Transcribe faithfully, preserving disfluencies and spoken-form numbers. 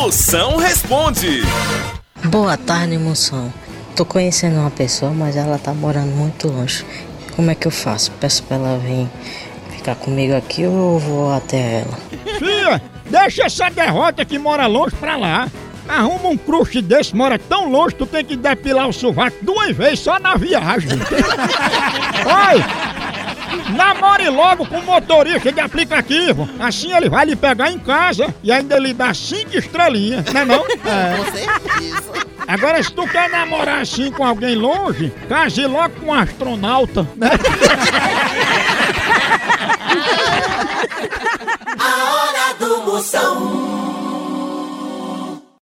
Moção responde. Boa tarde, Moção. Tô conhecendo uma pessoa, mas ela tá morando muito longe. Como é que eu faço? Peço pra ela vir ficar comigo aqui ou eu vou até ela? Fia, deixa essa derrota que mora longe pra lá. Arruma um crush desse, mora tão longe, tu tem que depilar o sovaco duas vezes só na viagem. Oi! Namore logo com o motorista de aplicativo. Assim ele vai lhe pegar em casa e ainda lhe dá cinco estrelinhas, não é não? É. Com certeza. Agora, se tu quer namorar assim com alguém longe, case logo com um astronauta, né? A hora do Moção.